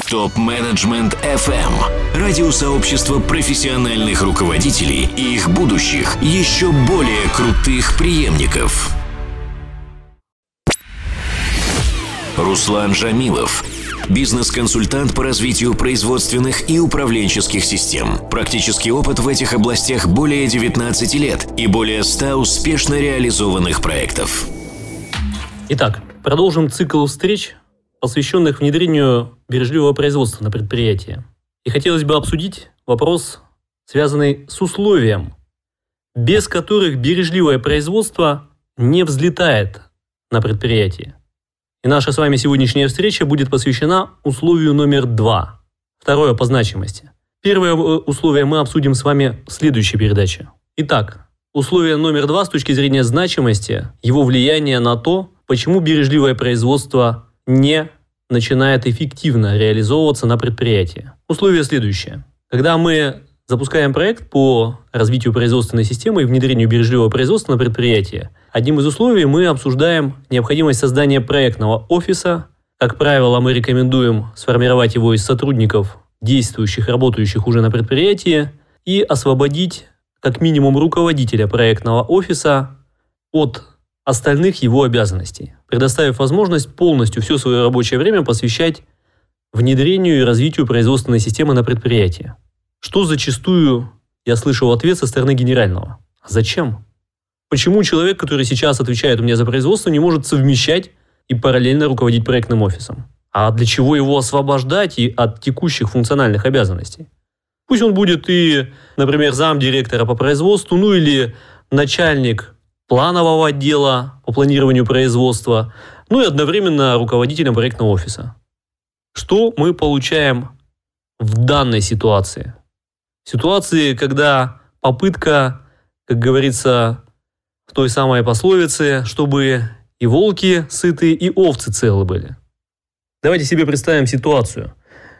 Топ-менеджмент FM. Радиосообщество профессиональных руководителей и их будущих, еще более крутых преемников. Руслан Жамилов. Бизнес-консультант по развитию производственных и управленческих систем. Практический опыт в этих областях более 19 лет и более 100 успешно реализованных проектов. Итак, продолжим цикл встреч, посвященных внедрению бережливого производства на предприятии. И хотелось бы обсудить вопрос, связанный с условием, без которых бережливое производство не взлетает на предприятии. И наша с вами сегодняшняя встреча будет посвящена условию номер 2. Второе по значимости. Первое условие мы обсудим с вами в следующей передаче. Итак, условие номер 2 с точки зрения значимости, его влияние на то, почему бережливое производство не начинает эффективно реализовываться на предприятии. Условие следующее. Когда мы запускаем проект по развитию производственной системы и внедрению бережливого производства на предприятии, одним из условий мы обсуждаем необходимость создания проектного офиса. Как правило, мы рекомендуем сформировать его из сотрудников, действующих, работающих уже на предприятии, и освободить как минимум руководителя проектного офиса от остальных его обязанностей, предоставив возможность полностью все свое рабочее время посвящать внедрению и развитию производственной системы на предприятии. Что зачастую я слышу ответ со стороны генерального. Зачем? Почему человек, который сейчас отвечает у меня за производство, не может совмещать и параллельно руководить проектным офисом? А для чего его освобождать и от текущих функциональных обязанностей? Пусть он будет и, например, замдиректора по производству, ну или начальник планового отдела по планированию производства, ну и одновременно руководителем проектного офиса. Что мы получаем в данной ситуации? В ситуации, когда попытка, как говорится в той самой пословице, чтобы и волки сыты, и овцы целы были. Давайте себе представим ситуацию.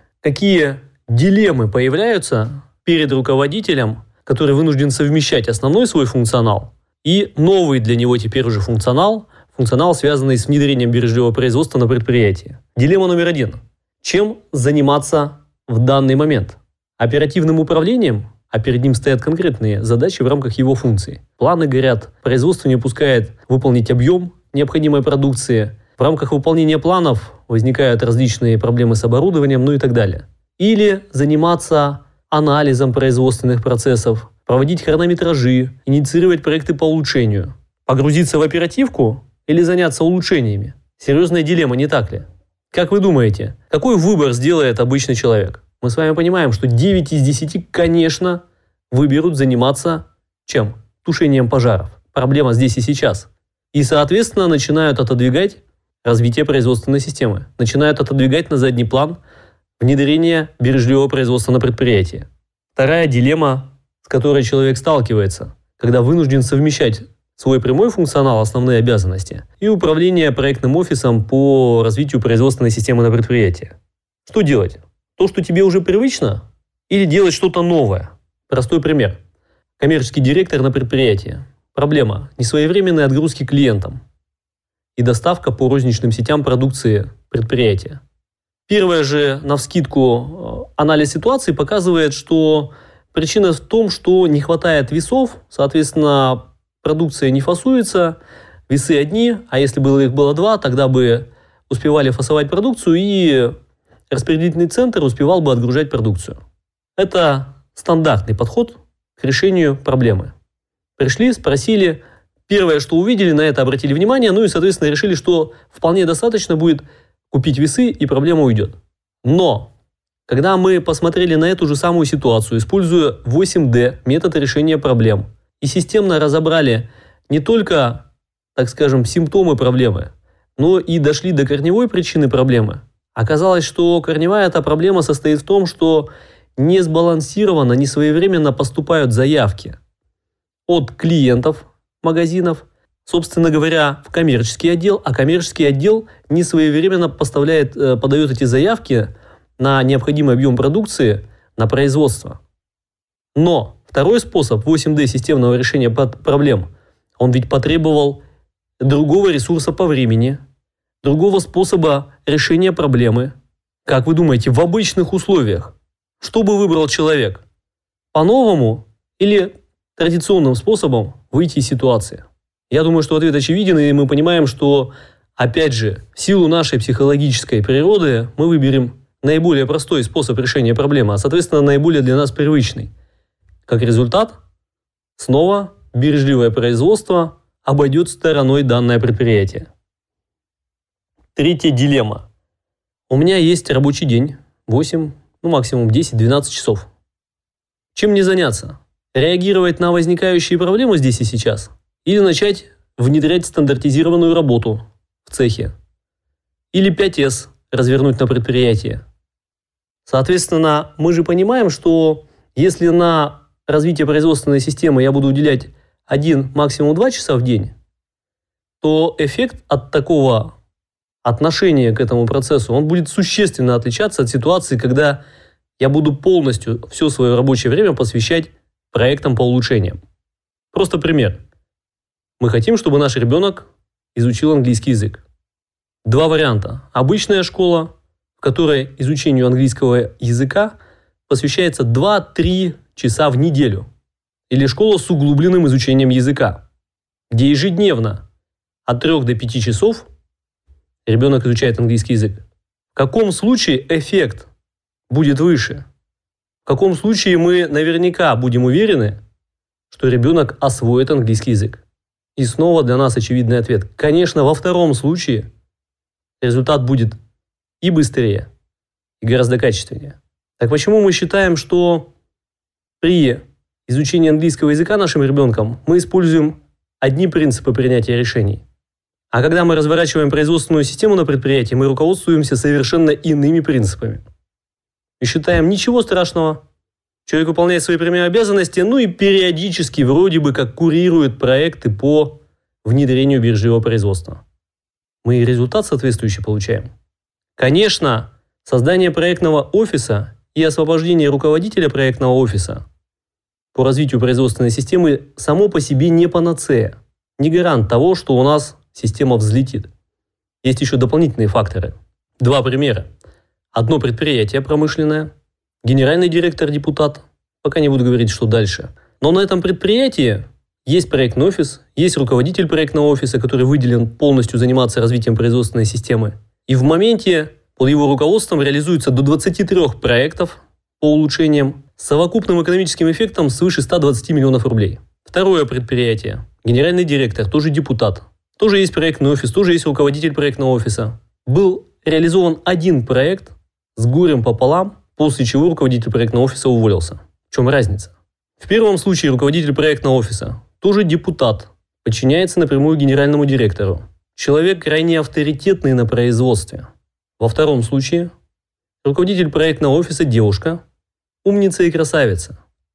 Какие дилеммы появляются перед руководителем, который вынужден совмещать основной свой функционал и новый для него теперь уже функционал, связанный с внедрением бережливого производства на предприятии. Дилемма номер 1. Чем заниматься в данный момент? Оперативным управлением, а перед ним стоят конкретные задачи в рамках его функций. Планы горят, производство не пускает выполнить объем необходимой продукции. В рамках выполнения планов возникают различные проблемы с оборудованием, ну и так далее. Или заниматься анализом производственных процессов, проводить хронометражи, инициировать проекты по улучшению. Погрузиться в оперативку или заняться улучшениями? Серьезная дилемма, не так ли? Как вы думаете, какой выбор сделает обычный человек? Мы с вами понимаем, что 9 из 10, конечно, выберут заниматься чем? Тушением пожаров. Проблема здесь и сейчас. И, соответственно, начинают отодвигать развитие производственной системы. Начинают отодвигать на задний план внедрение бережливого производства на предприятии. Вторая дилемма, с которой человек сталкивается, когда вынужден совмещать свой прямой функционал, основные обязанности, и управление проектным офисом по развитию производственной системы на предприятии. Что делать? То, что тебе уже привычно, или делать что-то новое? Простой пример. Коммерческий директор на предприятии. Проблема – несвоевременные отгрузки клиентам и доставка по розничным сетям продукции предприятия. Первое же, навскидку, анализ ситуации показывает, что причина в том, что не хватает весов, соответственно, продукция не фасуется, весы одни, а если бы их было 2, тогда бы успевали фасовать продукцию, и распределительный центр успевал бы отгружать продукцию. Это стандартный подход к решению проблемы. Пришли, спросили, первое, что увидели, на это обратили внимание, ну и, соответственно, решили, что вполне достаточно будет купить весы, и проблема уйдет. Но, когда мы посмотрели на эту же самую ситуацию, используя 8D, метод решения проблем, и системно разобрали не только, так скажем, симптомы проблемы, но и дошли до корневой причины проблемы, оказалось, что корневая эта проблема состоит в том, что не сбалансированно, не своевременно поступают заявки от клиентов магазинов, собственно говоря, в коммерческий отдел, а коммерческий отдел не своевременно подает эти заявки на необходимый объем продукции на производство. Но второй способ 8D системного решения проблем, он ведь потребовал другого ресурса по времени, другого способа решения проблемы, Как вы думаете, в обычных условиях, что бы выбрал человек? По-новому или традиционным способом выйти из ситуации? Я думаю, что ответ очевиден, и мы понимаем, что, опять же, в силу нашей психологической природы мы выберем наиболее простой способ решения проблемы, а, соответственно, наиболее для нас привычный. Как результат, снова бережливое производство обойдет стороной данное предприятие. Третья дилемма. У меня есть рабочий день, 8, максимум 10-12 часов. Чем мне заняться? Реагировать на возникающие проблемы здесь и сейчас? Или начать внедрять стандартизированную работу в цехе? Или 5С развернуть на предприятии? Соответственно, мы же понимаем, что если на развитие производственной системы я буду уделять 1, максимум 2 часа в день, то эффект от такого отношения к этому процессу, он будет существенно отличаться от ситуации, когда я буду полностью все свое рабочее время посвящать проектам по улучшениям. Просто пример. Мы хотим, чтобы наш ребенок изучил английский язык. Два варианта. Обычная школа, в которой изучению английского языка посвящается 2-3 часа в неделю. Или школа с углубленным изучением языка, где ежедневно от 3 до 5 часов ребенок изучает английский язык. В каком случае эффект будет выше? В каком случае мы наверняка будем уверены, что ребенок освоит английский язык? И снова для нас очевидный ответ. Конечно, во втором случае результат будет и быстрее, и гораздо качественнее. Так почему мы считаем, что при изучении английского языка нашим ребенком мы используем одни принципы принятия решений? А когда мы разворачиваем производственную систему на предприятии, мы руководствуемся совершенно иными принципами. И считаем, ничего страшного. Человек выполняет свои прямые обязанности, и периодически вроде бы как курирует проекты по внедрению бережливого производства. Мы и результат соответствующий получаем. Конечно, создание проектного офиса и освобождение руководителя проектного офиса по развитию производственной системы само по себе не панацея, не гарант того, что у нас система взлетит. Есть еще дополнительные факторы. Два примера. Одно предприятие промышленное, генеральный директор депутат, пока не буду говорить, что дальше. Но на этом предприятии есть проектный офис, есть руководитель проектного офиса, который выделен полностью заниматься развитием производственной системы. И в моменте под его руководством реализуется до 23 проектов по улучшениям с совокупным экономическим эффектом свыше 120 миллионов рублей. Второе предприятие. Генеральный директор, тоже депутат. Тоже есть проектный офис, тоже есть руководитель проектного офиса. Был реализован один проект с горем пополам, после чего руководитель проектного офиса уволился. В чем разница? В первом случае руководитель проектного офиса, тоже депутат, подчиняется напрямую генеральному директору. Человек крайне авторитетный на производстве. Во втором случае руководитель проектного офиса девушка, умница и красавица.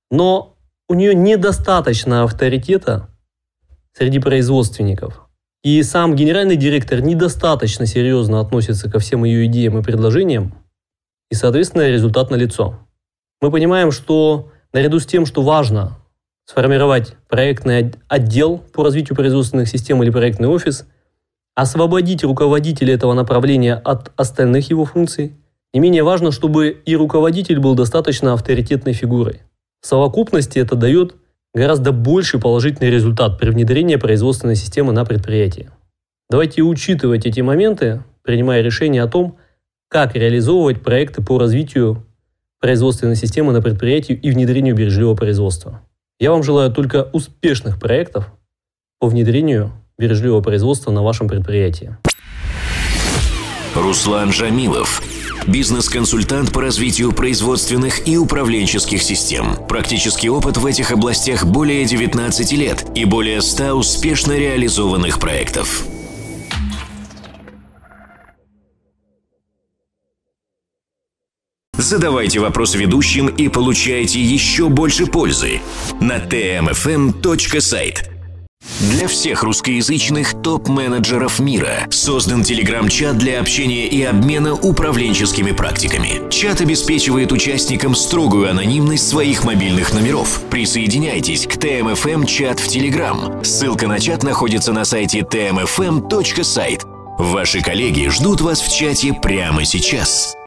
Но у нее недостаточно авторитета среди производственников. И сам генеральный директор недостаточно серьезно относится ко всем ее идеям и предложениям. И, соответственно, результат налицо. Мы понимаем, что наряду с тем, что важно сформировать проектный отдел по развитию производственных систем или проектный офис, освободить руководителя этого направления от остальных его функций, не менее важно, чтобы и руководитель был достаточно авторитетной фигурой. В совокупности это дает гораздо больший положительный результат при внедрении производственной системы на предприятии. Давайте учитывать эти моменты, принимая решение о том, как реализовывать проекты по развитию производственной системы на предприятии и внедрению бережливого производства. Я вам желаю только успешных проектов по внедрению бережливого производства на вашем предприятии. Руслан Джамилов. Бизнес-консультант по развитию производственных и управленческих систем. Практический опыт в этих областях более 19 лет и более 100 успешно реализованных проектов. Задавайте вопросы ведущим и получайте еще больше пользы на tmfm.site. Для всех русскоязычных топ-менеджеров мира создан телеграм-чат для общения и обмена управленческими практиками. Чат обеспечивает участникам строгую анонимность своих мобильных номеров. Присоединяйтесь к TMFM-чат в Telegram. Ссылка на чат находится на сайте tmfm.site. Ваши коллеги ждут вас в чате прямо сейчас.